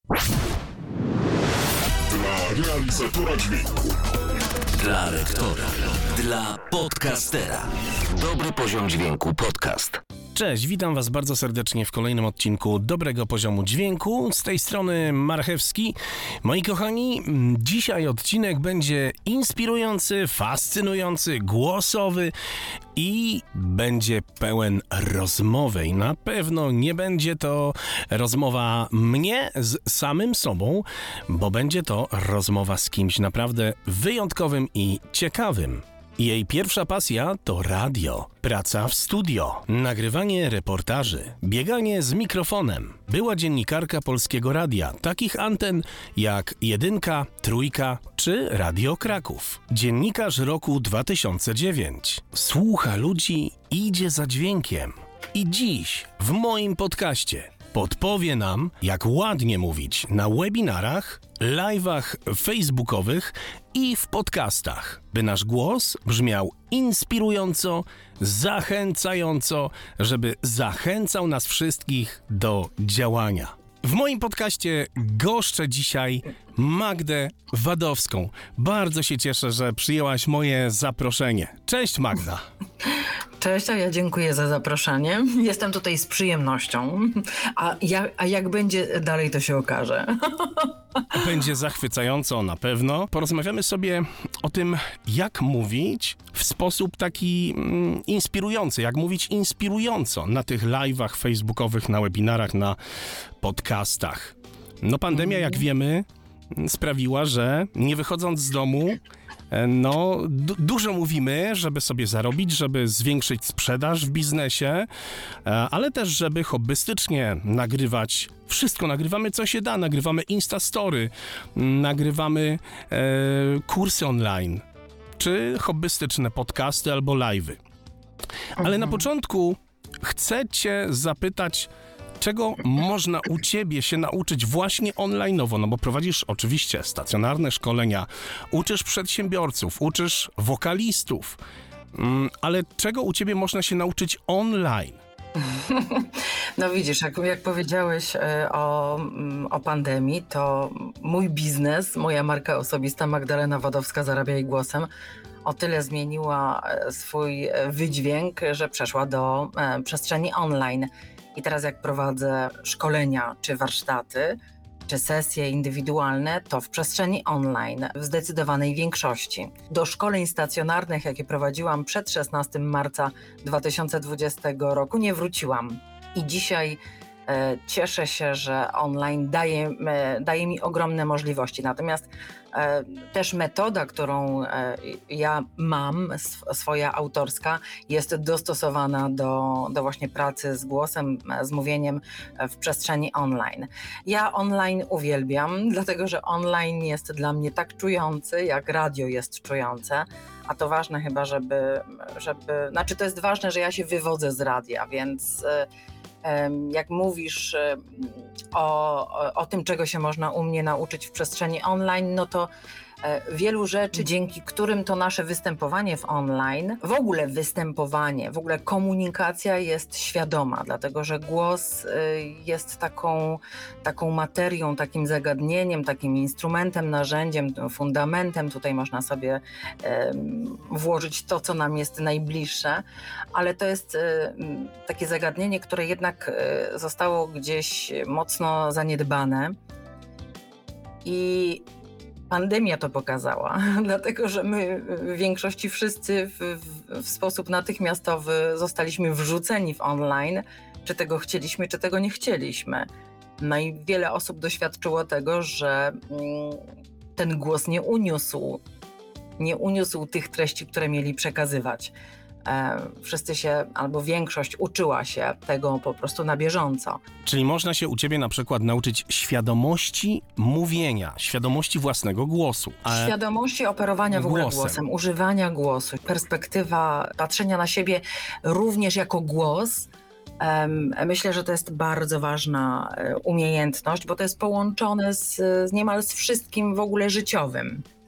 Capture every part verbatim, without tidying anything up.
Dla realizatora dźwięku, dla lektora, dla podcastera. Dobry poziom dźwięku podcast. Cześć, witam Was bardzo serdecznie w kolejnym odcinku Dobrego Poziomu Dźwięku. Z tej strony Marchewski. Moi kochani, dzisiaj odcinek będzie inspirujący, fascynujący, głosowy i będzie pełen rozmowy. I na pewno nie będzie to rozmowa mnie z samym sobą, bo będzie to rozmowa z kimś naprawdę wyjątkowym i ciekawym. Jej pierwsza pasja to radio, praca w studio, nagrywanie reportaży, bieganie z mikrofonem. Była dziennikarka Polskiego Radia, takich anten jak Jedynka, Trójka czy Radio Kraków. Dziennikarz roku dwa tysiące dziewiątego. Słucha ludzi, idzie za dźwiękiem. I dziś w moim podcaście podpowie nam, jak ładnie mówić na webinarach, live'ach facebookowych i w podcastach, by nasz głos brzmiał inspirująco, zachęcająco, żeby zachęcał nas wszystkich do działania. W moim podcaście goszczę dzisiaj Magdę Wadowską. Bardzo się cieszę, że przyjęłaś moje zaproszenie. Cześć, Magda. Cześć, a ja dziękuję za zaproszenie. Jestem tutaj z przyjemnością. A, ja, a jak będzie dalej, to się okaże. Będzie zachwycająco na pewno. Porozmawiamy sobie o tym, jak mówić w sposób taki mm, inspirujący, jak mówić inspirująco na tych live'ach facebookowych, na webinarach, na podcastach. No pandemia, jak wiemy, sprawiła, że nie wychodząc z domu, no du- dużo mówimy, żeby sobie zarobić, żeby zwiększyć sprzedaż w biznesie, ale też, żeby hobbystycznie nagrywać wszystko. Nagrywamy, co się da. Nagrywamy Instastory, nagrywamy e, kursy online, czy hobbystyczne podcasty albo live'y. Ale mhm. na początku chcę cię zapytać, czego można u ciebie się nauczyć właśnie online'owo? No bo prowadzisz oczywiście stacjonarne szkolenia, uczysz przedsiębiorców, uczysz wokalistów, ale czego u ciebie można się nauczyć online? No widzisz, jak, jak powiedziałeś o, o pandemii, to mój biznes, moja marka osobista Magdalena Wadowska Zarabiaj Głosem o tyle zmieniła swój wydźwięk, że przeszła do przestrzeni online. I teraz jak prowadzę szkolenia, czy warsztaty, czy sesje indywidualne, to w przestrzeni online, w zdecydowanej większości. Do szkoleń stacjonarnych, jakie prowadziłam przed szesnastego marca dwa tysiące dwudziestego roku, nie wróciłam. I dzisiaj e, cieszę się, że online daje, e, daje mi ogromne możliwości. Natomiast e, też metoda, którą e, ja mam, sw- swoja autorska, jest dostosowana do, do właśnie pracy z głosem, z mówieniem w przestrzeni online. Ja online uwielbiam, dlatego że online jest dla mnie tak czujący, jak radio jest czujące. A to ważne chyba, żeby, żeby... Znaczy to jest ważne, że ja się wywodzę z radia, więc jak mówisz o, o, o tym, czego się można u mnie nauczyć w przestrzeni online, no to wielu rzeczy, dzięki którym to nasze występowanie w online, w ogóle występowanie, w ogóle komunikacja jest świadoma, dlatego że głos jest taką, taką materią, takim zagadnieniem, takim instrumentem, narzędziem, fundamentem. Tutaj można sobie um, włożyć to, co nam jest najbliższe, ale to jest um, takie zagadnienie, które jednak um, zostało gdzieś mocno zaniedbane i pandemia to pokazała, dlatego że my w większości wszyscy w, w, w sposób natychmiastowy zostaliśmy wrzuceni w online, czy tego chcieliśmy, czy tego nie chcieliśmy. No i wiele osób doświadczyło tego, że mm, ten głos nie uniósł, nie uniósł tych treści, które mieli przekazywać. E, wszyscy się, albo większość uczyła się tego po prostu na bieżąco. Czyli można się u ciebie na przykład nauczyć świadomości mówienia, świadomości własnego głosu. Świadomości operowania w ogóle głosem. głosem, używania głosu, perspektywa patrzenia na siebie również jako głos. Um, myślę, że to jest bardzo ważna umiejętność, bo to jest połączone z, z niemal z wszystkim w ogóle życiowym.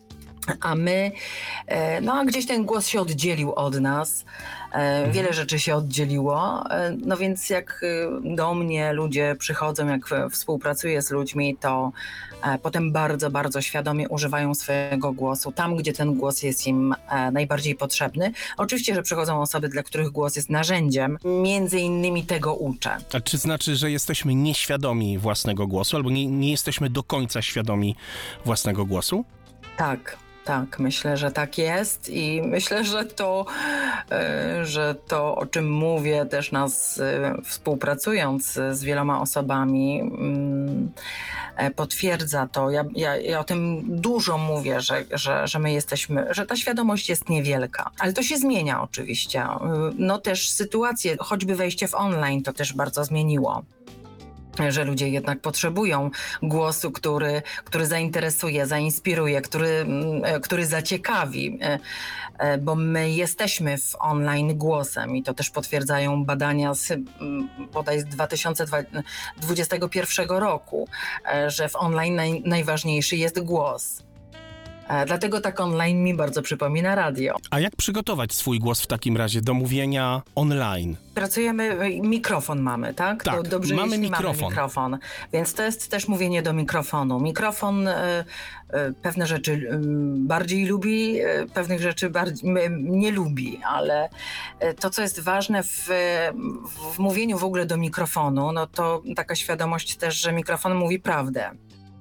A my, e, no a gdzieś ten głos się oddzielił od nas, e, wiele rzeczy się oddzieliło, e, no więc jak e, do mnie ludzie przychodzą, jak e, współpracuję z ludźmi, to e, potem bardzo, bardzo świadomie używają swojego głosu tam, gdzie ten głos jest im e, najbardziej potrzebny. Oczywiście, że przychodzą osoby, dla których głos jest narzędziem, między innymi tego uczę. A czy znaczy, że jesteśmy nieświadomi własnego głosu, albo nie, nie jesteśmy do końca świadomi własnego głosu? Tak. Tak, myślę, że tak jest i myślę, że to, e, że to, o czym mówię też nas e, współpracując z wieloma osobami, mm, e, potwierdza to. Ja, ja, ja o tym dużo mówię, że, że, że my jesteśmy, że ta świadomość jest niewielka, ale to się zmienia oczywiście. No też sytuacje, choćby wejście w online to też bardzo zmieniło. Że ludzie jednak potrzebują głosu, który, który zainteresuje, zainspiruje, który, który zaciekawi, bo my jesteśmy w online głosem i to też potwierdzają badania z bodaj z dwa tysiące dwudziestego pierwszego roku, że w online naj, najważniejszy jest głos. Dlatego tak online mi bardzo przypomina radio. A jak przygotować swój głos w takim razie do mówienia online? Pracujemy, mikrofon mamy, tak? Tak, to dobrze, mamy jeśli mikrofon. mamy mikrofon. Więc to jest też mówienie do mikrofonu. Mikrofon y, y, pewne rzeczy y, bardziej lubi, y, pewnych rzeczy bardziej, y, nie lubi, ale y, to, co jest ważne w, w mówieniu w ogóle do mikrofonu, no to taka świadomość też, że mikrofon mówi prawdę.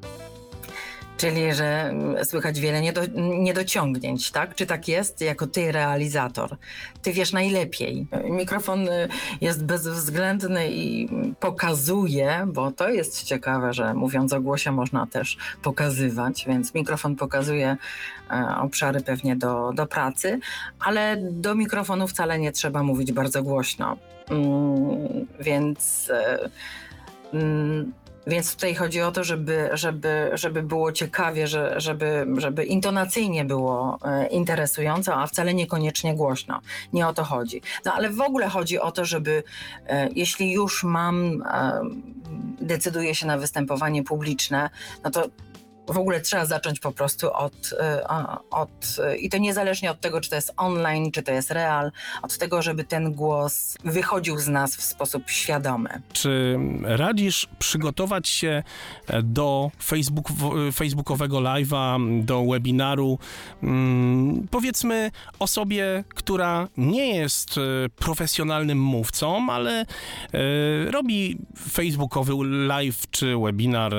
Czyli, że słychać wiele niedo, niedociągnięć, tak? Czy tak jest? Jako ty, realizator. Ty wiesz najlepiej. Mikrofon jest bezwzględny i pokazuje, bo to jest ciekawe, że mówiąc o głosie można też pokazywać, więc mikrofon pokazuje e, obszary pewnie do, do pracy, ale do mikrofonu wcale nie trzeba mówić bardzo głośno. Mm, więc... E, mm, Więc tutaj chodzi o to, żeby, żeby, żeby było ciekawie, że, żeby, żeby intonacyjnie było e, interesująco, a wcale niekoniecznie głośno. Nie o to chodzi. No ale w ogóle chodzi o to, żeby e, jeśli już mam, e, decyduję się na występowanie publiczne, no to w ogóle trzeba zacząć po prostu od, od, i to niezależnie od tego, czy to jest online, czy to jest real, od tego, żeby ten głos wychodził z nas w sposób świadomy. Czy radzisz przygotować się do Facebook, facebookowego live'a, do webinaru, hmm, powiedzmy osobie, która nie jest profesjonalnym mówcą, ale e, robi facebookowy live czy webinar?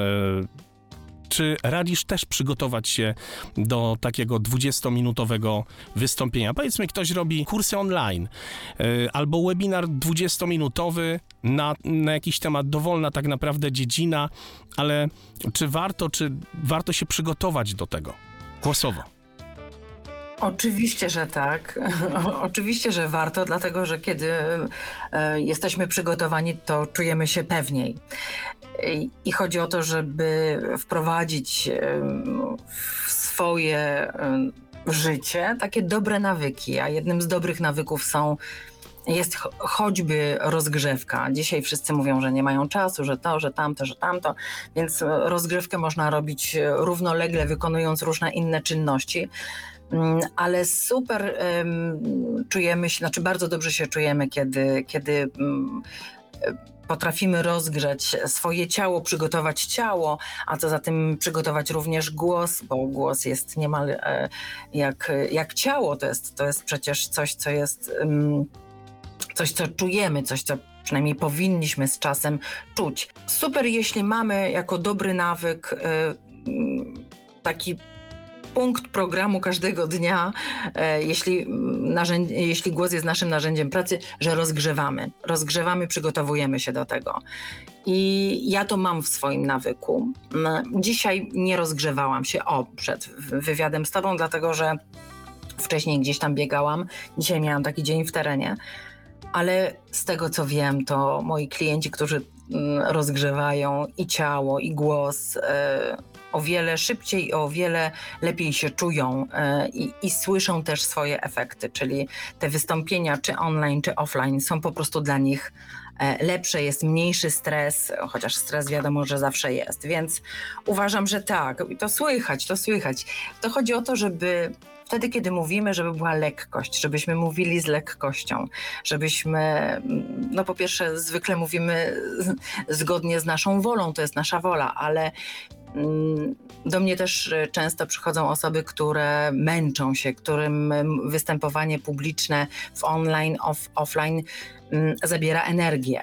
Czy radzisz też przygotować się do takiego dwudziestominutowego wystąpienia? Powiedzmy, ktoś robi kursy online yy, albo webinar dwudziestominutowy na, na jakiś temat, dowolna tak naprawdę dziedzina, ale czy warto, czy warto się przygotować do tego głosowo? Oczywiście, że tak. Oczywiście, że warto, dlatego że kiedy e, jesteśmy przygotowani, to czujemy się pewniej. I, i chodzi o to, żeby wprowadzić e, w swoje e, życie takie dobre nawyki, a jednym z dobrych nawyków są jest cho- choćby rozgrzewka. Dzisiaj wszyscy mówią, że nie mają czasu, że to, że tamto, że tamto, więc rozgrzewkę można robić równolegle, wykonując różne inne czynności. Ale super um, czujemy się, znaczy bardzo dobrze się czujemy, kiedy, kiedy um, potrafimy rozgrzać swoje ciało, przygotować ciało, a co za tym przygotować również głos, bo głos jest niemal e, jak, jak ciało, to jest, to jest przecież coś, co jest um, coś, co czujemy, coś, co przynajmniej powinniśmy z czasem czuć. Super, jeśli mamy jako dobry nawyk e, taki punkt programu każdego dnia, e, jeśli, narzędzi, jeśli głos jest naszym narzędziem pracy, że rozgrzewamy. Rozgrzewamy, przygotowujemy się do tego. I ja to mam w swoim nawyku. Dzisiaj nie rozgrzewałam się o, przed wywiadem z tobą, dlatego że wcześniej gdzieś tam biegałam. Dzisiaj miałam taki dzień w terenie. Ale z tego, co wiem, to moi klienci, którzy rozgrzewają i ciało, i głos, o wiele szybciej, o wiele lepiej się czują e, i, i słyszą też swoje efekty, czyli te wystąpienia czy online, czy offline są po prostu dla nich e, lepsze, jest mniejszy stres, chociaż stres wiadomo, że zawsze jest, więc uważam, że tak, i to słychać, to słychać. To chodzi o to, żeby wtedy, kiedy mówimy, żeby była lekkość, żebyśmy mówili z lekkością, żebyśmy, no po pierwsze zwykle mówimy zgodnie z naszą wolą, to jest nasza wola, ale do mnie też często przychodzą osoby, które męczą się, którym występowanie publiczne w online, off, offline zabiera energię.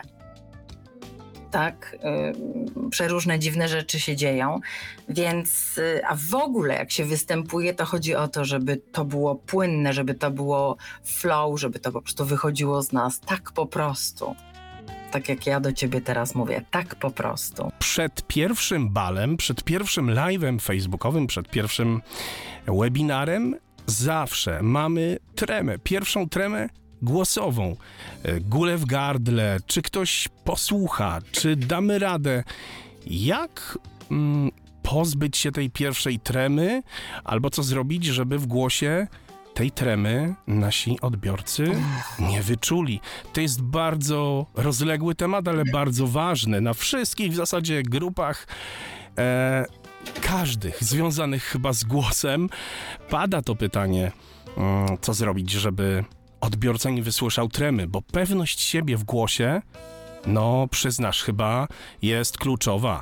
Tak, przeróżne dziwne rzeczy się dzieją, więc, a w ogóle jak się występuje, to chodzi o to, żeby to było płynne, żeby to było flow, żeby to po prostu wychodziło z nas tak po prostu. Tak jak ja do ciebie teraz mówię, tak po prostu. Przed pierwszym balem, przed pierwszym live'em facebookowym, przed pierwszym webinarem zawsze mamy tremę, pierwszą tremę głosową. Gulę w gardle, czy ktoś posłucha, czy damy radę. Jak mm, pozbyć się tej pierwszej tremy, albo co zrobić, żeby w głosie tej tremy nasi odbiorcy nie wyczuli. To jest bardzo rozległy temat, ale bardzo ważny. Na wszystkich w zasadzie grupach e, każdych związanych chyba z głosem pada to pytanie, mm, co zrobić, żeby odbiorca nie wysłyszał tremy, bo pewność siebie w głosie, no przyznasz, chyba jest kluczowa.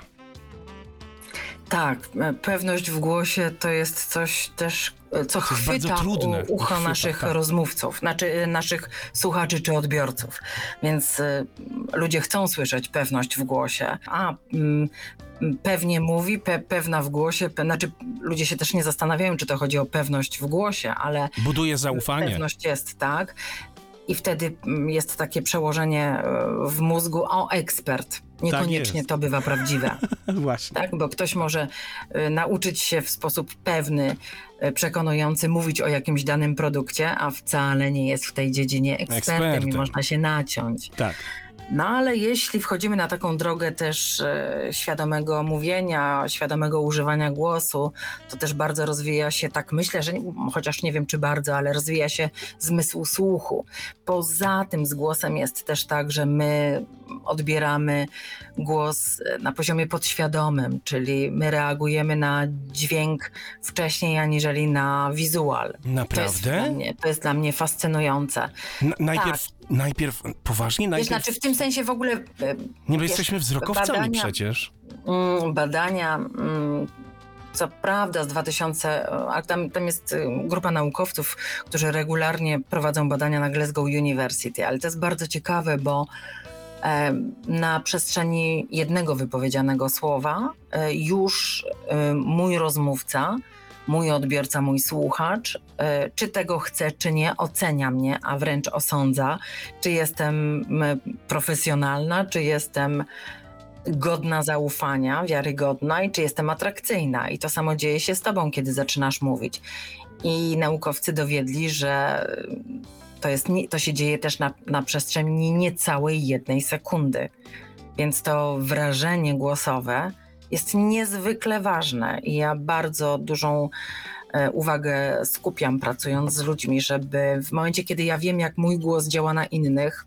Tak, pewność w głosie to jest coś też, co chwyta trudne, u, ucho chwyta, naszych tak. rozmówców, znaczy naszych słuchaczy czy odbiorców. Więc y, ludzie chcą słyszeć pewność w głosie. A mm, pewnie mówi, pe, pewna w głosie, pe, znaczy ludzie się też nie zastanawiają, czy to chodzi o pewność w głosie, ale buduje zaufanie. Pewność jest, tak. I wtedy jest takie przełożenie w mózgu, o ekspert. Niekoniecznie tak to bywa prawdziwe. Właśnie. Tak, bo ktoś może y, nauczyć się w sposób pewny, y, przekonujący mówić o jakimś danym produkcie, a wcale nie jest w tej dziedzinie ekspertem, Ekspertem. i można się naciąć. Tak. No ale jeśli wchodzimy na taką drogę też e, świadomego mówienia, świadomego używania głosu, to też bardzo rozwija się, tak myślę, że chociaż nie wiem czy bardzo, ale rozwija się zmysł słuchu. Poza tym z głosem jest też tak, że my odbieramy głos na poziomie podświadomym, czyli my reagujemy na dźwięk wcześniej aniżeli na wizual. Naprawdę? To jest dla mnie, to jest dla mnie fascynujące. N- najpierw, najpierw, poważnie? Najpierw... Wiesz, znaczy w tym sensie w ogóle... e, Nie, bo wiesz, jesteśmy wzrokowcami badania, przecież. mm, Badania, mm, co prawda z dwa tysiące, ale tam, tam jest y, grupa naukowców, którzy regularnie prowadzą badania na Glasgow University, ale to jest bardzo ciekawe, bo e, na przestrzeni jednego wypowiedzianego słowa e, już e, mój rozmówca, mój odbiorca, mój słuchacz, e, czy tego chce, czy nie, ocenia mnie, a wręcz osądza, czy jestem m, profesjonalna, czy jestem godna zaufania, wiarygodna i czy jestem atrakcyjna. I to samo dzieje się z tobą, kiedy zaczynasz mówić. I naukowcy dowiedli, że to, jest, nie- to się dzieje też na, na przestrzeni niecałej jednej sekundy. Więc to wrażenie głosowe jest niezwykle ważne i ja bardzo dużą e, uwagę skupiam, pracując z ludźmi, żeby w momencie, kiedy ja wiem, jak mój głos działa na innych,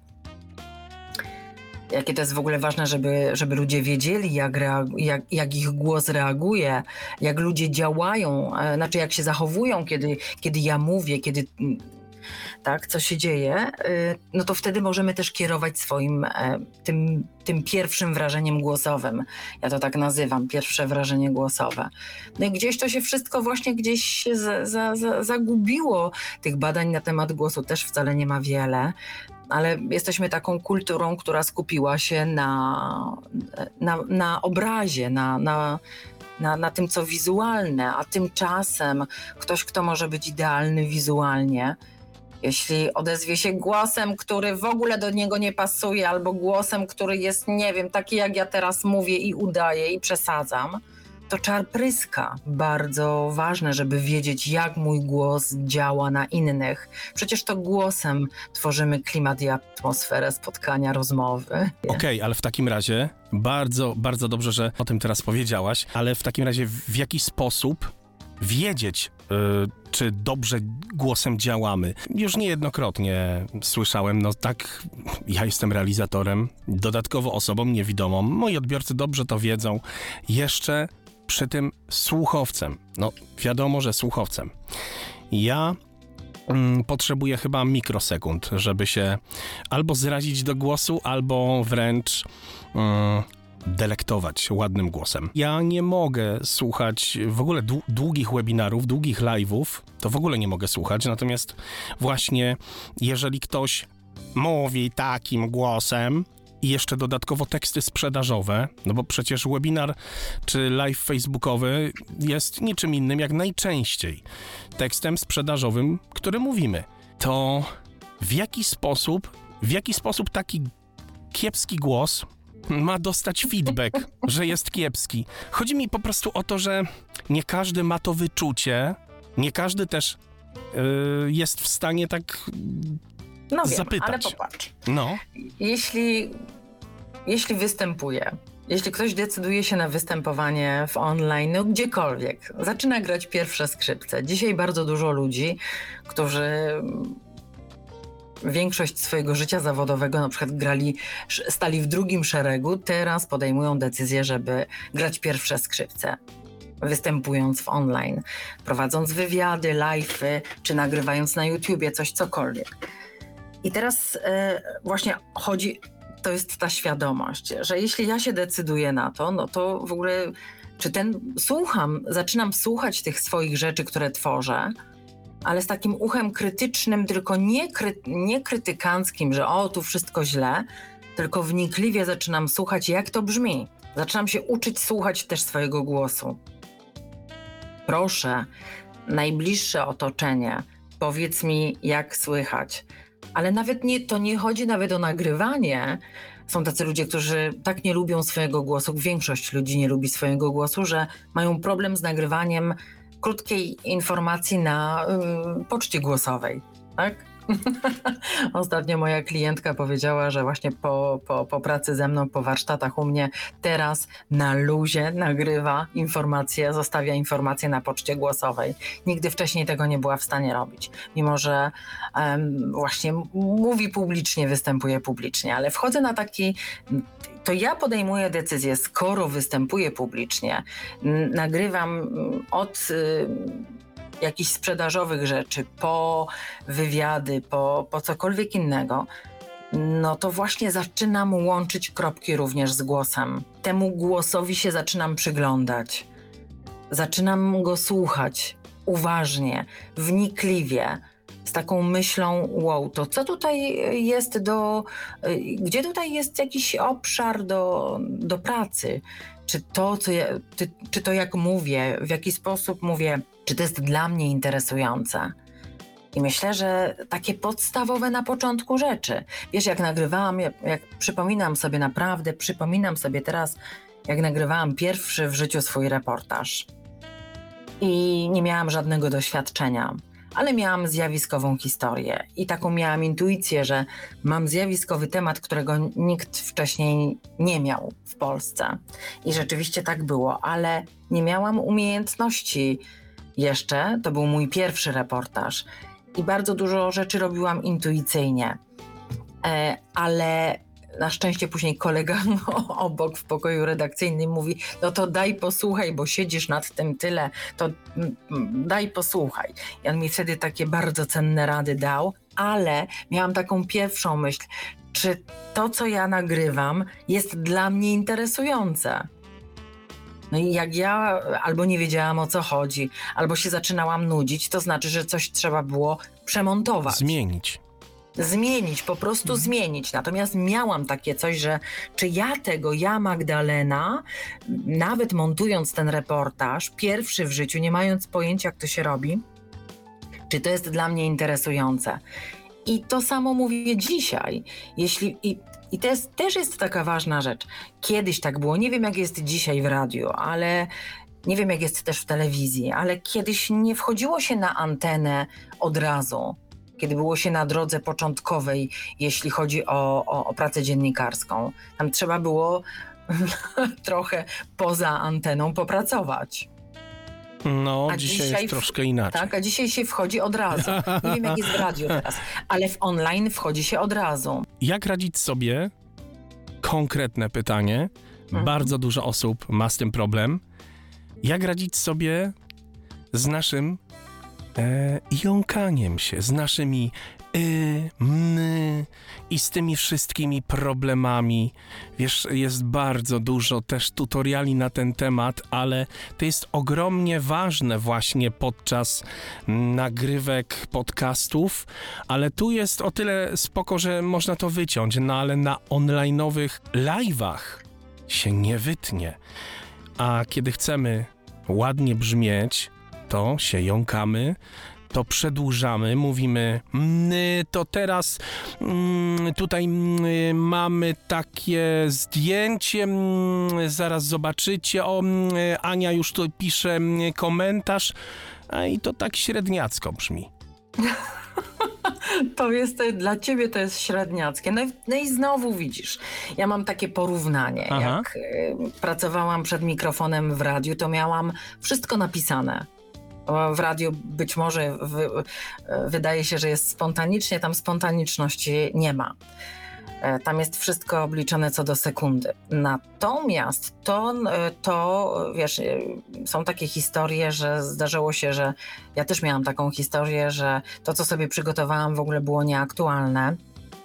jakie to jest w ogóle ważne, żeby, żeby ludzie wiedzieli, jak, reagu- jak, jak ich głos reaguje, jak ludzie działają, e, znaczy jak się zachowują, kiedy, kiedy ja mówię, kiedy mm, tak, co się dzieje, y, no to wtedy możemy też kierować swoim e, tym, tym pierwszym wrażeniem głosowym. Ja to tak nazywam, pierwsze wrażenie głosowe. No i gdzieś to się wszystko właśnie gdzieś się za, za, za, zagubiło. Tych badań na temat głosu też wcale nie ma wiele. Ale jesteśmy taką kulturą, która skupiła się na, na, na obrazie, na, na, na, na tym, co wizualne, a tymczasem ktoś, kto może być idealny wizualnie, jeśli odezwie się głosem, który w ogóle do niego nie pasuje, albo głosem, który jest, nie wiem, taki jak ja teraz mówię i udaję i przesadzam, to czar pryska. Bardzo ważne, żeby wiedzieć, jak mój głos działa na innych. Przecież to głosem tworzymy klimat i atmosferę spotkania, rozmowy. Okej, ale w takim razie bardzo, bardzo dobrze, że o tym teraz powiedziałaś, ale w takim razie w jaki sposób wiedzieć, yy, czy dobrze głosem działamy? Już niejednokrotnie słyszałem, no tak, ja jestem realizatorem, dodatkowo osobą niewidomą, moi odbiorcy dobrze to wiedzą, jeszcze przy tym słuchowcem. No wiadomo, że słuchowcem. Ja mm, potrzebuję chyba mikrosekund, żeby się albo zrazić do głosu, albo wręcz mm, delektować ładnym głosem. Ja nie mogę słuchać w ogóle dłu- długich webinarów, długich live'ów, to w ogóle nie mogę słuchać, natomiast właśnie jeżeli ktoś mówi takim głosem i jeszcze dodatkowo teksty sprzedażowe, no bo przecież webinar czy live facebookowy jest niczym innym jak najczęściej tekstem sprzedażowym, który mówimy, to w jaki sposób, w jaki sposób taki kiepski głos ma dostać feedback, że jest kiepski. Chodzi mi po prostu o to, że nie każdy ma to wyczucie, nie każdy też yy, jest w stanie tak No wiem, zapytać. ale popatrz. No. Jeśli, jeśli występuje, jeśli ktoś decyduje się na występowanie w online, no gdziekolwiek, zaczyna grać pierwsze skrzypce. Dzisiaj bardzo dużo ludzi, którzy większość swojego życia zawodowego na przykład grali, stali w drugim szeregu, teraz podejmują decyzję, żeby grać pierwsze skrzypce, występując w online, prowadząc wywiady, live'y, czy nagrywając na YouTubie, coś cokolwiek. I teraz e, właśnie chodzi, to jest ta świadomość, że jeśli ja się decyduję na to, no to w ogóle, czy ten, słucham, zaczynam słuchać tych swoich rzeczy, które tworzę, ale z takim uchem krytycznym, tylko nie, kry, nie krytykanckim, że o, tu wszystko źle, tylko wnikliwie zaczynam słuchać, jak to brzmi. Zaczynam się uczyć słuchać też swojego głosu. Proszę, najbliższe otoczenie, powiedz mi, jak słychać. Ale nawet nie, to nie chodzi nawet o nagrywanie. Są tacy ludzie, którzy tak nie lubią swojego głosu, większość ludzi nie lubi swojego głosu, że mają problem z nagrywaniem krótkiej informacji na y, poczcie głosowej, tak? Ostatnio moja klientka powiedziała, że właśnie po, po, po pracy ze mną, po warsztatach u mnie teraz na luzie nagrywa informacje, zostawia informacje na poczcie głosowej. Nigdy wcześniej tego nie była w stanie robić, mimo że um, właśnie mówi publicznie, występuje publicznie, ale wchodzę na taki... To ja podejmuję decyzję, skoro występuję publicznie, n- nagrywam od y, jakichś sprzedażowych rzeczy, po wywiady, po, po cokolwiek innego, no to właśnie zaczynam łączyć kropki również z głosem. Temu głosowi się zaczynam przyglądać. Zaczynam go słuchać uważnie, wnikliwie, z taką myślą, wow, to co tutaj jest do, gdzie tutaj jest jakiś obszar do, do pracy? Czy to, co ja, czy, czy to jak mówię, w jaki sposób mówię, czy to jest dla mnie interesujące? I myślę, że takie podstawowe na początku rzeczy. Wiesz, jak nagrywałam, jak, jak przypominam sobie naprawdę, przypominam sobie teraz, jak nagrywałam pierwszy w życiu swój reportaż. I nie miałam żadnego doświadczenia, ale miałam zjawiskową historię i taką miałam intuicję, że mam zjawiskowy temat, którego nikt wcześniej nie miał w Polsce. I rzeczywiście tak było, ale nie miałam umiejętności jeszcze. To był mój pierwszy reportaż i bardzo dużo rzeczy robiłam intuicyjnie. E, ale na szczęście później kolega obok w pokoju redakcyjnym mówi, no to daj posłuchaj, bo siedzisz nad tym tyle, to daj posłuchaj. I on mi wtedy takie bardzo cenne rady dał, ale miałam taką pierwszą myśl, czy to, co ja nagrywam, jest dla mnie interesujące. No i jak ja albo nie wiedziałam, o co chodzi, albo się zaczynałam nudzić, to znaczy, że coś trzeba było przemontować. Zmienić. Zmienić, po prostu hmm. zmienić. Natomiast miałam takie coś, że czy ja tego, ja Magdalena, nawet montując ten reportaż, pierwszy w życiu, nie mając pojęcia, jak to się robi, czy to jest dla mnie interesujące. I to samo mówię dzisiaj. Jeśli, i, i to jest, też jest taka ważna rzecz. Kiedyś tak było, nie wiem jak jest dzisiaj w radiu, ale Nie wiem, jak jest też w telewizji, ale kiedyś nie wchodziło się na antenę od razu, kiedy było się na drodze początkowej, jeśli chodzi o, o, o pracę dziennikarską. Tam trzeba było trochę poza anteną popracować. No, A dzisiaj, dzisiaj jest w- troszkę inaczej. Tak, a dzisiaj się wchodzi od razu. Nie wiem, jak jest w radiu teraz, ale w online wchodzi się od razu. Jak radzić sobie? Konkretne pytanie. Mhm. Bardzo dużo osób ma z tym problem. Jak radzić sobie z naszym e, jąkaniem się, z naszymi y, my i z tymi wszystkimi problemami. Wiesz, jest bardzo dużo też tutoriali na ten temat, ale to jest ogromnie ważne właśnie podczas nagrywek podcastów, ale tu jest o tyle spoko, że można to wyciąć, no ale na online'owych live'ach się nie wytnie. A kiedy chcemy ładnie brzmieć, to się jąkamy, to przedłużamy, mówimy "My, to teraz mm, tutaj mm, mamy takie zdjęcie, mm, zaraz zobaczycie, o mm, Ania już tu pisze mm, komentarz", a i to tak średniacko brzmi. To jest, dla ciebie to jest średniackie. No i, no i znowu widzisz, ja mam takie porównanie. Aha. Jak y, pracowałam przed mikrofonem w radiu, to miałam wszystko napisane. O, W radiu być może w, y, wydaje się, że jest spontanicznie, tam spontaniczności nie ma. E, Tam jest wszystko obliczone co do sekundy. Natomiast to, y, to wiesz, y, są takie historie, że zdarzyło się, że ja też miałam taką historię, że to, co sobie przygotowałam, w ogóle było nieaktualne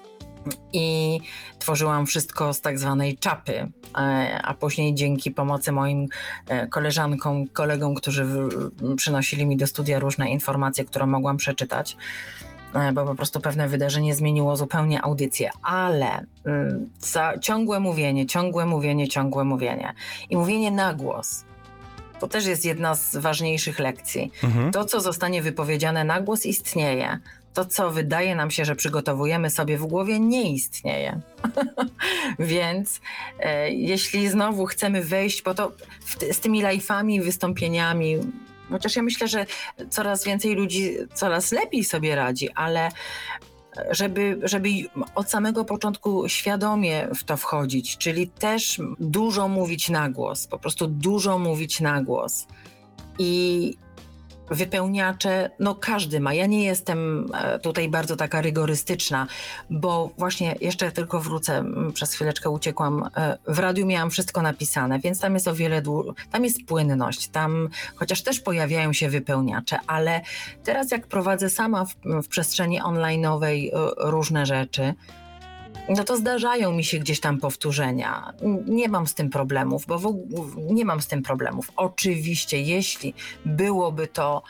i tworzyłam wszystko z tak zwanej czapy, e, a później dzięki pomocy moim e, koleżankom, kolegom, którzy w- przynosili mi do studia różne informacje, które mogłam przeczytać, e, bo po prostu pewne wydarzenie zmieniło zupełnie audycję, ale mm, za ciągłe mówienie, ciągłe mówienie, ciągłe mówienie i mówienie na głos. To też jest jedna z ważniejszych lekcji. Mhm. To, co zostanie wypowiedziane na głos, istnieje. To, co wydaje nam się, że przygotowujemy sobie w głowie, nie istnieje. Więc e, jeśli znowu chcemy wejść, bo to w, ty- z tymi live'ami, wystąpieniami, chociaż ja myślę, że coraz więcej ludzi coraz lepiej sobie radzi, ale żeby, żeby od samego początku świadomie w to wchodzić, czyli też dużo mówić na głos, po prostu dużo mówić na głos. I wypełniacze, no każdy ma. Ja nie jestem e, tutaj bardzo taka rygorystyczna, bo właśnie jeszcze tylko wrócę, m, przez chwileczkę uciekłam. E, W radiu miałam wszystko napisane, więc tam jest o wiele dłu- tam jest płynność, tam chociaż też pojawiają się wypełniacze, ale teraz jak prowadzę sama w, w przestrzeni online'owej e, różne rzeczy, no to zdarzają mi się gdzieś tam powtórzenia. Nie mam z tym problemów, bo w, ogó- nie mam z tym problemów. Oczywiście, jeśli byłoby to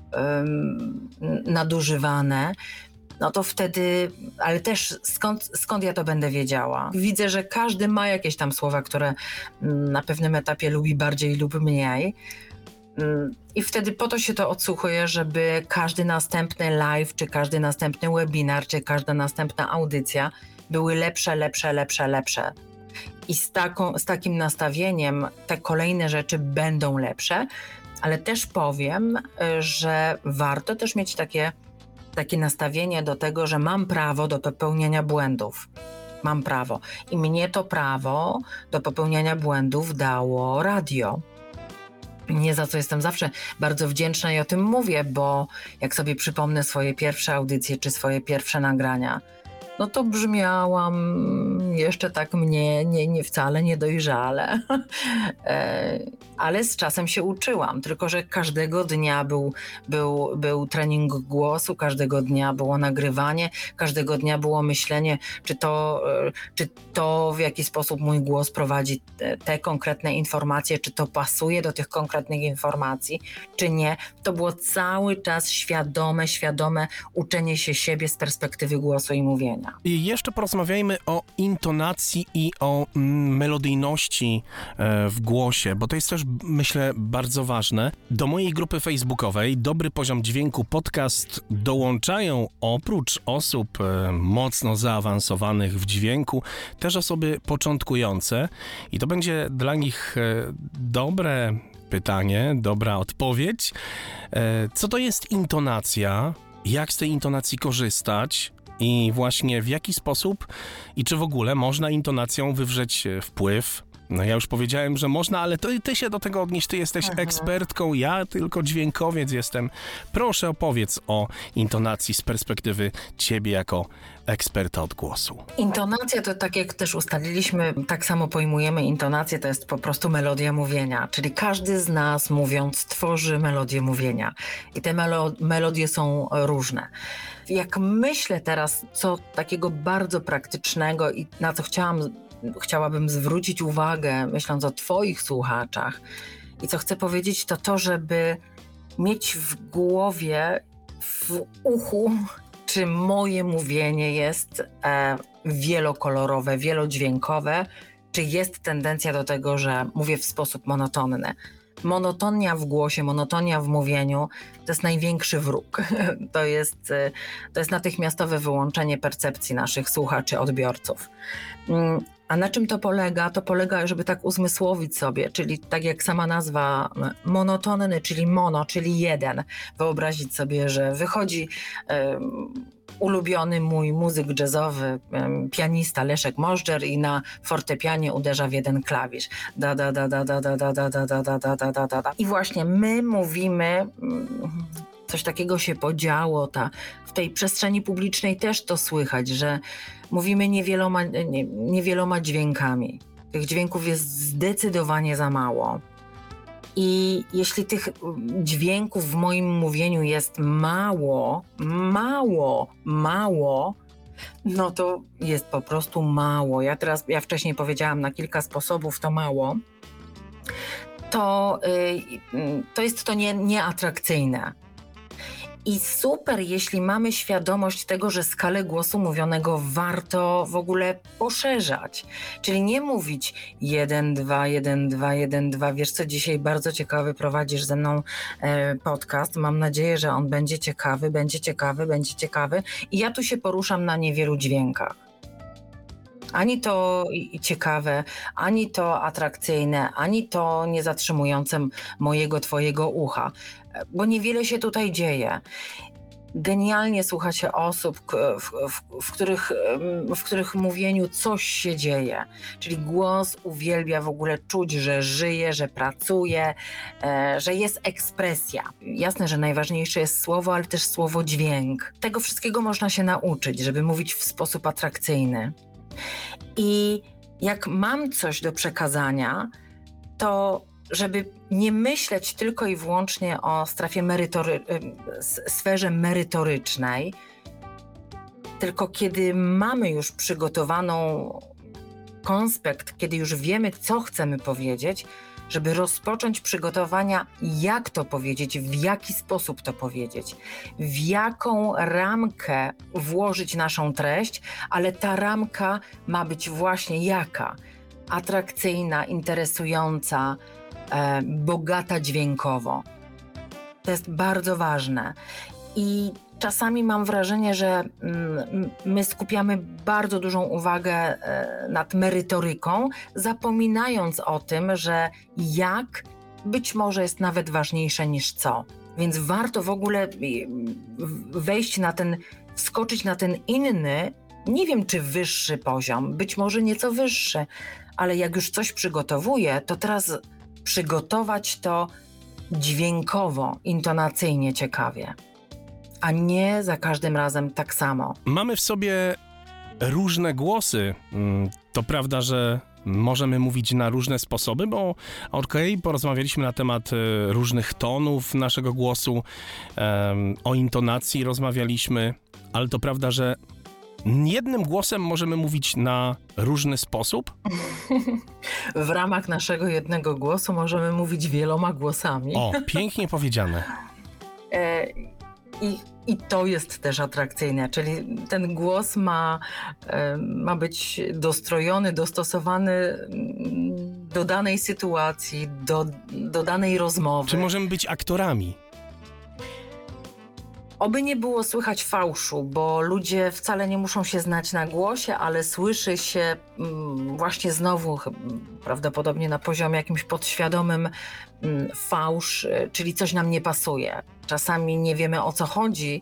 um, nadużywane, no to wtedy, ale też skąd, skąd ja to będę wiedziała? Widzę, że każdy ma jakieś tam słowa, które mm, na pewnym etapie lubi bardziej lub mniej. Mm, I wtedy po to się to odsłuchuje, żeby każdy następny live, czy każdy następny webinar, czy każda następna audycja były lepsze, lepsze, lepsze, lepsze. I z, taką, z takim nastawieniem te kolejne rzeczy będą lepsze, ale też powiem, y, że warto też mieć takie, takie nastawienie do tego, że mam prawo do popełniania błędów. Mam prawo. I mnie to prawo do popełniania błędów dało radio. Nie za co jestem zawsze bardzo wdzięczna i o tym mówię, bo jak sobie przypomnę swoje pierwsze audycje czy swoje pierwsze nagrania, no to brzmiałam jeszcze tak mnie nie, nie wcale niedojrzale, E, ale z czasem się uczyłam, tylko że każdego dnia był, był, był trening głosu, każdego dnia było nagrywanie, każdego dnia było myślenie, czy to, e, czy to w jaki sposób mój głos prowadzi te, te konkretne informacje, czy to pasuje do tych konkretnych informacji, czy nie. To było cały czas świadome, świadome uczenie się siebie z perspektywy głosu i mówienia. I jeszcze porozmawiajmy o intonacji i o mm, melodyjności e, w głosie, bo to jest też, myślę, bardzo ważne. Do mojej grupy facebookowej Dobry Poziom Dźwięku Podcast dołączają oprócz osób e, mocno zaawansowanych w dźwięku, też osoby początkujące i to będzie dla nich e, dobre pytanie, dobra odpowiedź. E, co to jest intonacja? Jak z tej intonacji korzystać? I właśnie w jaki sposób i czy w ogóle można intonacją wywrzeć wpływ? No ja już powiedziałem, że można, ale to ty się do tego odnieś, ty jesteś Mhm. ekspertką, ja tylko dźwiękowiec jestem. Proszę opowiedz o intonacji z perspektywy ciebie jako eksperta od głosu. Intonacja to, tak jak też ustaliliśmy, tak samo pojmujemy intonację, to jest po prostu melodia mówienia, czyli każdy z nas mówiąc tworzy melodię mówienia i te melo- melodie są różne. Jak myślę teraz, co takiego bardzo praktycznego i na co chciałam, chciałabym zwrócić uwagę, myśląc o twoich słuchaczach i co chcę powiedzieć, to to, żeby mieć w głowie, w uchu, czy moje mówienie jest e, wielokolorowe, wielodźwiękowe, czy jest tendencja do tego, że mówię w sposób monotonny. Monotonia w głosie, monotonia w mówieniu to jest największy wróg. To jest, e, to jest natychmiastowe wyłączenie percepcji naszych słuchaczy, odbiorców. Mm, A na czym to polega? To polega, żeby tak uzmysłowić sobie, czyli tak jak sama nazwa monotonny, czyli mono, czyli jeden. Wyobrazić sobie, że wychodzi um, ulubiony mój muzyk jazzowy, um, pianista Leszek Możdżer i na fortepianie uderza w jeden klawisz. Da, da, da, da, da, da, da, da, da, da, da, da, da, da, da. I właśnie my mówimy... Um, Coś takiego się podziało, ta, w tej przestrzeni publicznej też to słychać, że mówimy niewieloma, nie, niewieloma dźwiękami. Tych dźwięków jest zdecydowanie za mało. I jeśli tych dźwięków w moim mówieniu jest mało, mało, mało, no to jest po prostu mało. Ja teraz, ja wcześniej powiedziałam na kilka sposobów to mało, to, yy, to jest to nie, nieatrakcyjne. I super, jeśli mamy świadomość tego, że skalę głosu mówionego warto w ogóle poszerzać. Czyli nie mówić jeden, dwa, jeden, dwa, jeden, dwa. Wiesz co, dzisiaj bardzo ciekawy prowadzisz ze mną e, podcast. Mam nadzieję, że on będzie ciekawy, będzie ciekawy, będzie ciekawy. I ja tu się poruszam na niewielu dźwiękach. Ani to ciekawe, ani to atrakcyjne, ani to nie zatrzymujące mojego, twojego ucha, bo niewiele się tutaj dzieje. Genialnie słucha się osób, w, w, w, których, w których mówieniu coś się dzieje. Czyli głos uwielbia w ogóle czuć, że żyje, że pracuje, e, że jest ekspresja. Jasne, że najważniejsze jest słowo, ale też słowo dźwięk. Tego wszystkiego można się nauczyć, żeby mówić w sposób atrakcyjny. I jak mam coś do przekazania, to żeby nie myśleć tylko i wyłącznie o strefie merytory- sferze merytorycznej, tylko kiedy mamy już przygotowaną konspekt, kiedy już wiemy, co chcemy powiedzieć, żeby rozpocząć przygotowania, jak to powiedzieć, w jaki sposób to powiedzieć, w jaką ramkę włożyć naszą treść, ale ta ramka ma być właśnie jaka? Atrakcyjna, interesująca, e, bogata dźwiękowo. To jest bardzo ważne. I czasami mam wrażenie, że mm, my skupiamy bardzo dużą uwagę e, nad merytoryką, zapominając o tym, że jak być może jest nawet ważniejsze niż co. Więc warto w ogóle wejść na ten, wskoczyć na ten inny, nie wiem czy wyższy poziom, być może nieco wyższy, ale jak już coś przygotowuję, to teraz przygotować to dźwiękowo, intonacyjnie ciekawie, a nie za każdym razem tak samo. Mamy w sobie różne głosy. To prawda, że możemy mówić na różne sposoby, bo okej, okay, porozmawialiśmy na temat różnych tonów naszego głosu, um, o intonacji rozmawialiśmy, ale to prawda, że jednym głosem możemy mówić na różny sposób? W ramach naszego jednego głosu możemy mówić wieloma głosami. O, pięknie powiedziane. E, i, I to jest też atrakcyjne, czyli ten głos ma, e, ma być dostrojony, dostosowany do danej sytuacji, do, do danej rozmowy. Czy możemy być aktorami? Oby nie było słychać fałszu, bo ludzie wcale nie muszą się znać na głosie, ale słyszy się mm, właśnie znowu ch- prawdopodobnie na poziomie jakimś podświadomym mm, fałsz, y, czyli coś nam nie pasuje. Czasami nie wiemy, o co chodzi,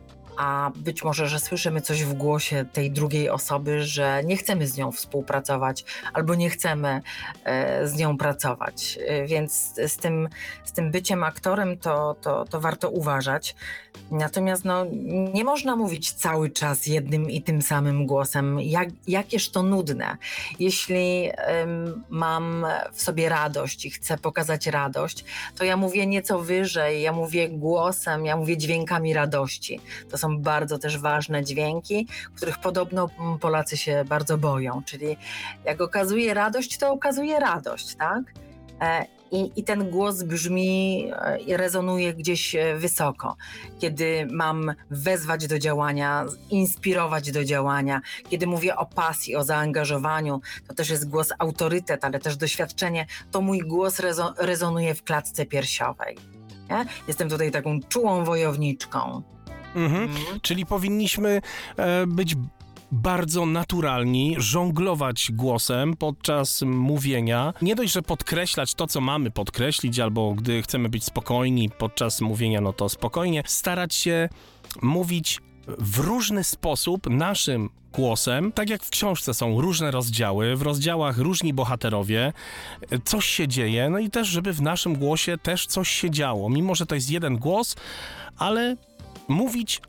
a być może, że słyszymy coś w głosie tej drugiej osoby, że nie chcemy z nią współpracować albo nie chcemy e, z nią pracować. E, więc z tym, z tym byciem aktorem to, to, to warto uważać. Natomiast no, nie można mówić cały czas jednym i tym samym głosem. Jak, jakież to nudne. Jeśli em, mam w sobie radość i chcę pokazać radość, to ja mówię nieco wyżej, ja mówię głosem, ja mówię dźwiękami radości. To są bardzo też ważne dźwięki, których podobno Polacy się bardzo boją. Czyli jak okazuje radość, to okazuje radość, tak? E, I, I ten głos brzmi i rezonuje gdzieś wysoko. Kiedy mam wezwać do działania, inspirować do działania, kiedy mówię o pasji, o zaangażowaniu, to też jest głos autorytet, ale też doświadczenie, to mój głos rezo- rezonuje w klatce piersiowej. Nie? Jestem tutaj taką czułą wojowniczką. Mhm. Mhm. Czyli powinniśmy e, być bardzo naturalni, żonglować głosem podczas mówienia. Nie dość, że podkreślać to, co mamy podkreślić, albo gdy chcemy być spokojni podczas mówienia, no to spokojnie. Starać się mówić w różny sposób naszym głosem, tak jak w książce są różne rozdziały, w rozdziałach różni bohaterowie, coś się dzieje, no i też, żeby w naszym głosie też coś się działo. Mimo, że to jest jeden głos, ale mówić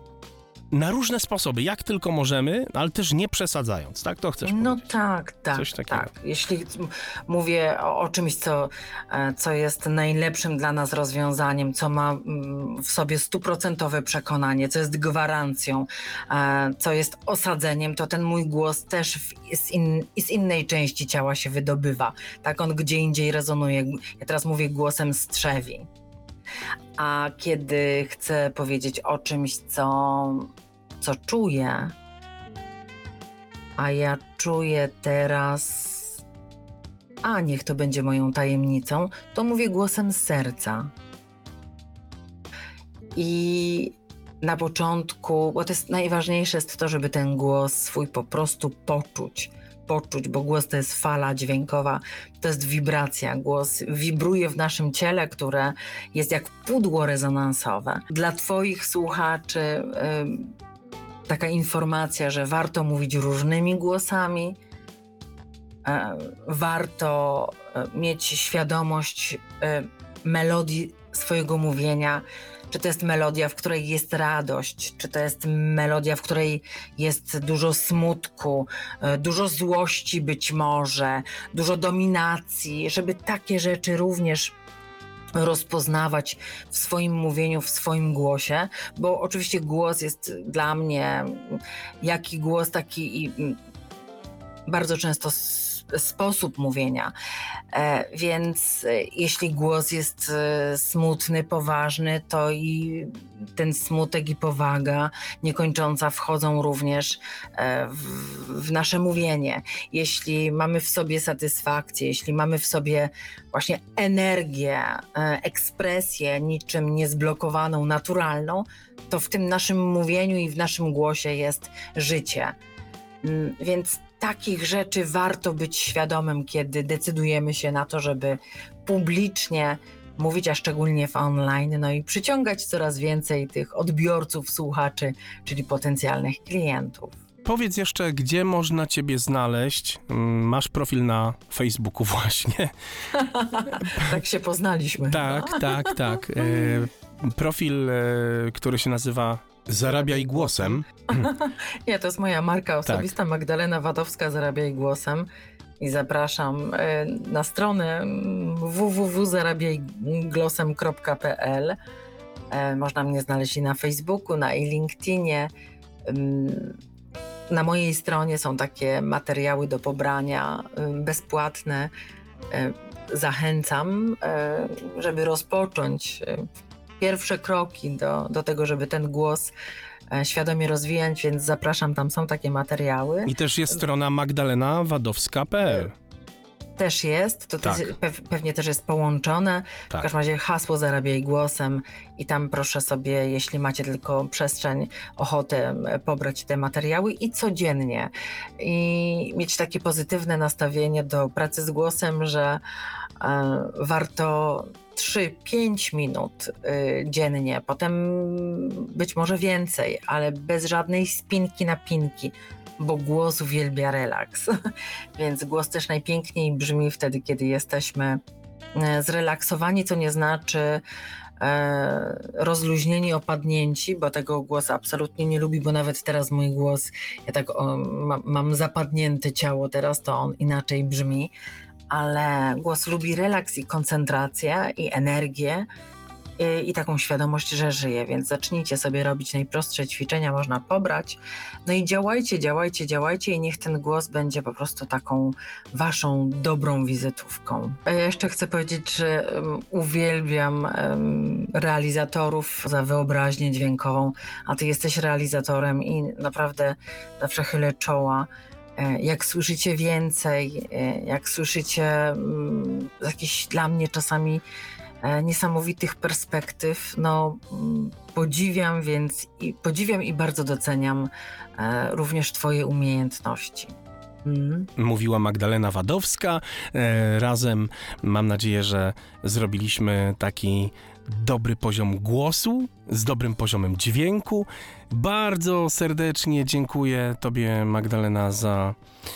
na różne sposoby, jak tylko możemy, ale też nie przesadzając, tak? To chcesz No powiedzieć? tak, tak, Coś takiego. tak. Jeśli m- mówię o, o czymś, co, e, co jest najlepszym dla nas rozwiązaniem, co ma mm, w sobie stuprocentowe przekonanie, co jest gwarancją, e, co jest osadzeniem, to ten mój głos też w, z, in, z innej części ciała się wydobywa. Tak, on gdzie indziej rezonuje. Ja teraz mówię głosem strzewi. A kiedy chcę powiedzieć o czymś, co, co czuję, a ja czuję teraz, a niech to będzie moją tajemnicą, to mówię głosem z serca. I na początku, bo to jest najważniejsze jest to, żeby ten głos swój po prostu poczuć. Poczuć, bo głos to jest fala dźwiękowa, to jest wibracja. Głos wibruje w naszym ciele, które jest jak pudło rezonansowe. Dla twoich słuchaczy y, taka informacja, że warto mówić różnymi głosami, y, warto y, mieć świadomość y, melodii swojego mówienia. Czy to jest melodia, w której jest radość, czy to jest melodia, w której jest dużo smutku, dużo złości być może, dużo dominacji, żeby takie rzeczy również rozpoznawać w swoim mówieniu, w swoim głosie, bo oczywiście głos jest dla mnie, jaki głos, taki i bardzo często sposób mówienia, e, więc e, jeśli głos jest e, smutny, poważny, to i ten smutek i powaga niekończąca wchodzą również e, w, w nasze mówienie. Jeśli mamy w sobie satysfakcję, jeśli mamy w sobie właśnie energię, e, ekspresję niczym niezblokowaną, naturalną, to w tym naszym mówieniu i w naszym głosie jest życie. Mm, więc takich rzeczy warto być świadomym, kiedy decydujemy się na to, żeby publicznie mówić, a szczególnie w online, no i przyciągać coraz więcej tych odbiorców, słuchaczy, czyli potencjalnych klientów. Powiedz jeszcze, gdzie można ciebie znaleźć? Masz profil na Facebooku właśnie. Tak się poznaliśmy. Tak, tak, tak. E, profil, e, który się nazywa Zarabiaj głosem. Nie, to jest moja marka osobista, tak. Magdalena Wadowska, Zarabiaj głosem. I zapraszam e, na stronę w w w kropka zarabiaj głosem kropka p l. E, można mnie znaleźć i na Facebooku, na LinkedInie. Ym, Na mojej stronie są takie materiały do pobrania, ym, bezpłatne. E, zachęcam, e, żeby rozpocząć e, pierwsze kroki do, do tego, żeby ten głos e, świadomie rozwijać, więc zapraszam, tam są takie materiały. I też jest strona magdalena wadowska kropka p l. też jest, to Tak. też pew, pewnie też jest połączone. Tak. W każdym razie hasło Zarabiaj Głosem i tam proszę sobie, jeśli macie tylko przestrzeń, ochotę pobrać te materiały i codziennie i mieć takie pozytywne nastawienie do pracy z głosem, że e, warto trzy pięć minut y, dziennie, potem być może więcej, ale bez żadnej spinki napinki, bo głos uwielbia relaks. Więc głos też najpiękniej brzmi wtedy, kiedy jesteśmy e, zrelaksowani, co nie znaczy e, rozluźnieni, opadnięci, bo tego głos absolutnie nie lubi, bo nawet teraz mój głos, ja tak o, ma, mam zapadnięte ciało teraz, to on inaczej brzmi, ale głos lubi relaks i koncentrację i energię i, i taką świadomość, że żyje, więc zacznijcie sobie robić najprostsze ćwiczenia, można pobrać, no i działajcie, działajcie, działajcie i niech ten głos będzie po prostu taką waszą dobrą wizytówką. A ja jeszcze chcę powiedzieć, że um, uwielbiam um, realizatorów za wyobraźnię dźwiękową, a ty jesteś realizatorem i naprawdę zawsze chylę czoła. Jak słyszycie więcej, jak słyszycie um, jakichś dla mnie czasami niesamowitych perspektyw, no podziwiam więc i podziwiam i bardzo doceniam e, również twoje umiejętności. Mm. Mówiła Magdalena Wadowska. E, razem mam nadzieję, że zrobiliśmy taki dobry poziom głosu z dobrym poziomem dźwięku. Bardzo serdecznie dziękuję tobie, Magdalena, za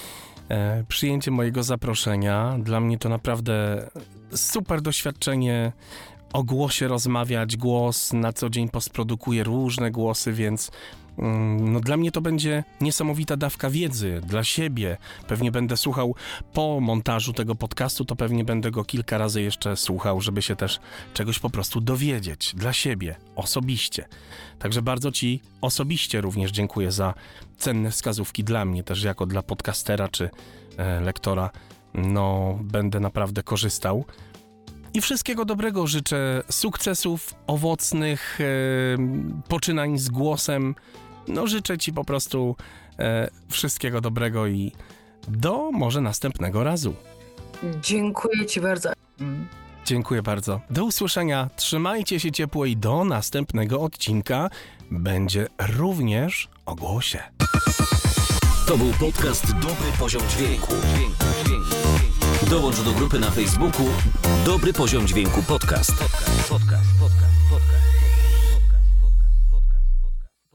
e, przyjęcie mojego zaproszenia. Dla mnie to naprawdę super doświadczenie o głosie rozmawiać. Głos na co dzień postprodukuję różne głosy, więc mm, no dla mnie to będzie niesamowita dawka wiedzy dla siebie. Pewnie będę słuchał po montażu tego podcastu, to pewnie będę go kilka razy jeszcze słuchał, żeby się też czegoś po prostu dowiedzieć dla siebie, osobiście. Także bardzo ci osobiście również dziękuję za cenne wskazówki dla mnie, też jako dla podcastera czy e, lektora. No, będę naprawdę korzystał. I wszystkiego dobrego życzę, sukcesów, owocnych e, poczynań z głosem. No, życzę ci po prostu e, wszystkiego dobrego i do może następnego razu. Dziękuję ci bardzo. Mm. Dziękuję bardzo. Do usłyszenia. Trzymajcie się ciepło i do następnego odcinka będzie również o głosie. To był podcast Dobry Poziom Dźwięku. Dołącz do grupy na Facebooku Dobry Poziom Dźwięku Podcast.